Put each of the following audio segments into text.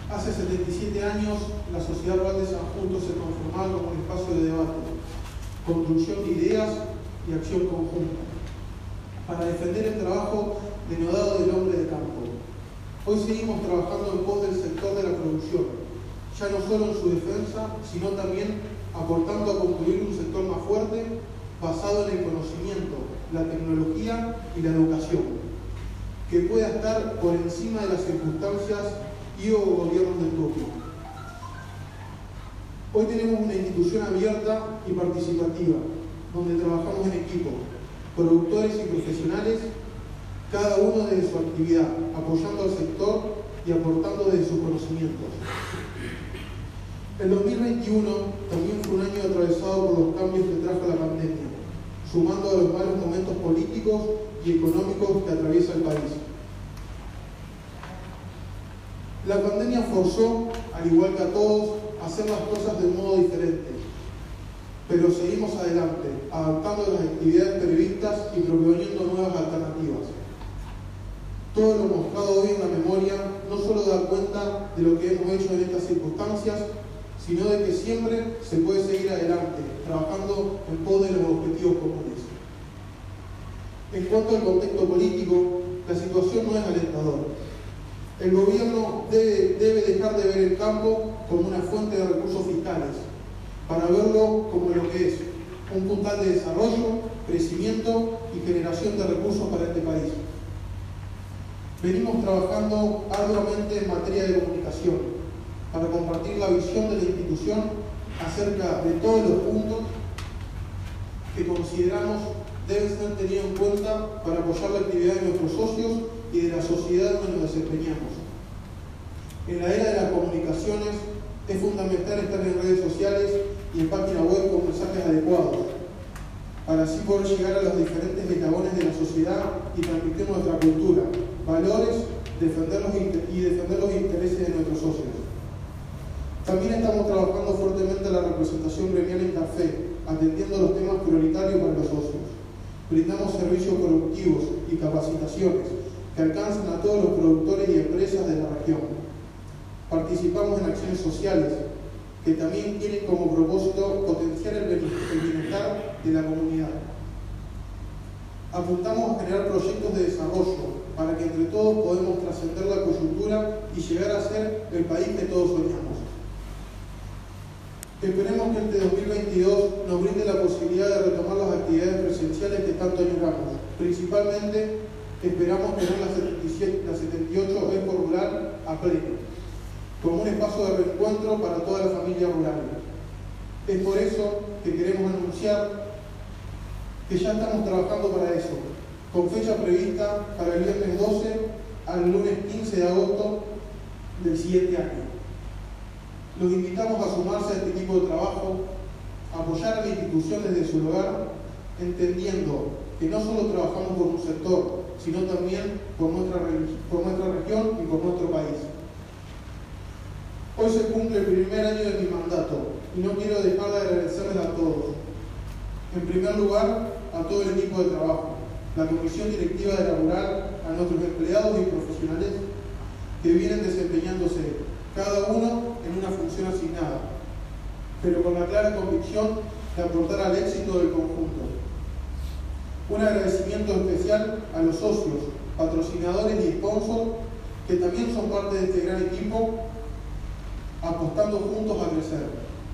Hace 77 años, la Sociedad Rural de San Justo se conformaba como un espacio de debate, construcción de ideas y acción conjunta, para defender el trabajo denodado del hombre de campo. Hoy seguimos trabajando en pos del sector de la producción, ya no solo en su defensa, sino también aportando a construir un sector más fuerte, basado en el conocimiento, la tecnología y la educación, que pueda estar por encima de las circunstancias y o gobiernos del turno. Hoy tenemos una institución abierta y participativa, donde trabajamos en equipo, productores y profesionales, cada uno desde su actividad, apoyando al sector y aportando desde sus conocimientos. El 2021 también fue un año atravesado por los cambios que trajo la pandemia, sumando a los malos momentos políticos y económicos que atraviesa el país. La pandemia forzó, al igual que a todos, a hacer las cosas de un modo diferente, pero seguimos adelante, adaptando las actividades previstas y proponiendo nuevas alternativas. Todo lo mostrado hoy en la memoria no solo da cuenta de lo que hemos hecho en estas circunstancias, sino de que siempre se puede seguir adelante, trabajando en pos de los objetivos comunes. En cuanto al contexto político, la situación no es alentadora. El gobierno debe dejar de ver el campo como una fuente de recursos fiscales, para verlo como lo que es, un puntal de desarrollo, crecimiento y generación de recursos para este país. Venimos trabajando arduamente en materia de comunicación, para compartir la visión de la institución acerca de todos los puntos que consideramos deben ser tenidos en cuenta para apoyar la actividad de nuestros socios y de la sociedad donde nos desempeñamos. En la era de las comunicaciones es fundamental estar en redes sociales y en página web con mensajes adecuados, para así poder llegar a los diferentes eslabones de la sociedad y transmitir nuestra cultura, valores y defender los intereses de nuestros socios. También estamos trabajando fuertemente en la representación gremial en café, atendiendo los temas prioritarios para los socios. Brindamos servicios productivos y capacitaciones que alcanzan a todos los productores y empresas de la región. Participamos en acciones sociales que también tienen como propósito potenciar el bienestar de la comunidad. Apuntamos a generar proyectos de desarrollo para que entre todos podamos trascender la coyuntura y llegar a ser el país que todos soñamos. Esperemos que este 2022 nos brinde la posibilidad de retomar las actividades presenciales que tanto añoramos. Principalmente, esperamos tener la 78 Expo Rural a pleno, como un espacio de reencuentro para toda la familia rural. Es por eso que queremos anunciar que ya estamos trabajando para eso, con fecha prevista para el viernes 12 al lunes 15 de agosto del siguiente año. Los invitamos a sumarse a este equipo de trabajo, a apoyar a la institución desde su lugar, entendiendo que no solo trabajamos por un sector, sino también por nuestra región y por nuestro país. Hoy se cumple el primer año de mi mandato y no quiero dejar de agradecerles a todos. En primer lugar, a todo el equipo de trabajo, la comisión directiva de la rural, a nuestros empleados y profesionales que vienen desempeñándose cada uno en una función asignada, pero con la clara convicción de aportar al éxito del conjunto. Un agradecimiento especial a los socios, patrocinadores y sponsors que también son parte de este gran equipo, apostando juntos a crecer.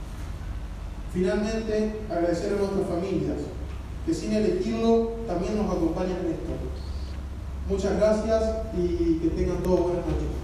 Finalmente, agradecer a nuestras familias, que sin elegirlo también nos acompañan en esto. Muchas gracias y que tengan todos buenas noches.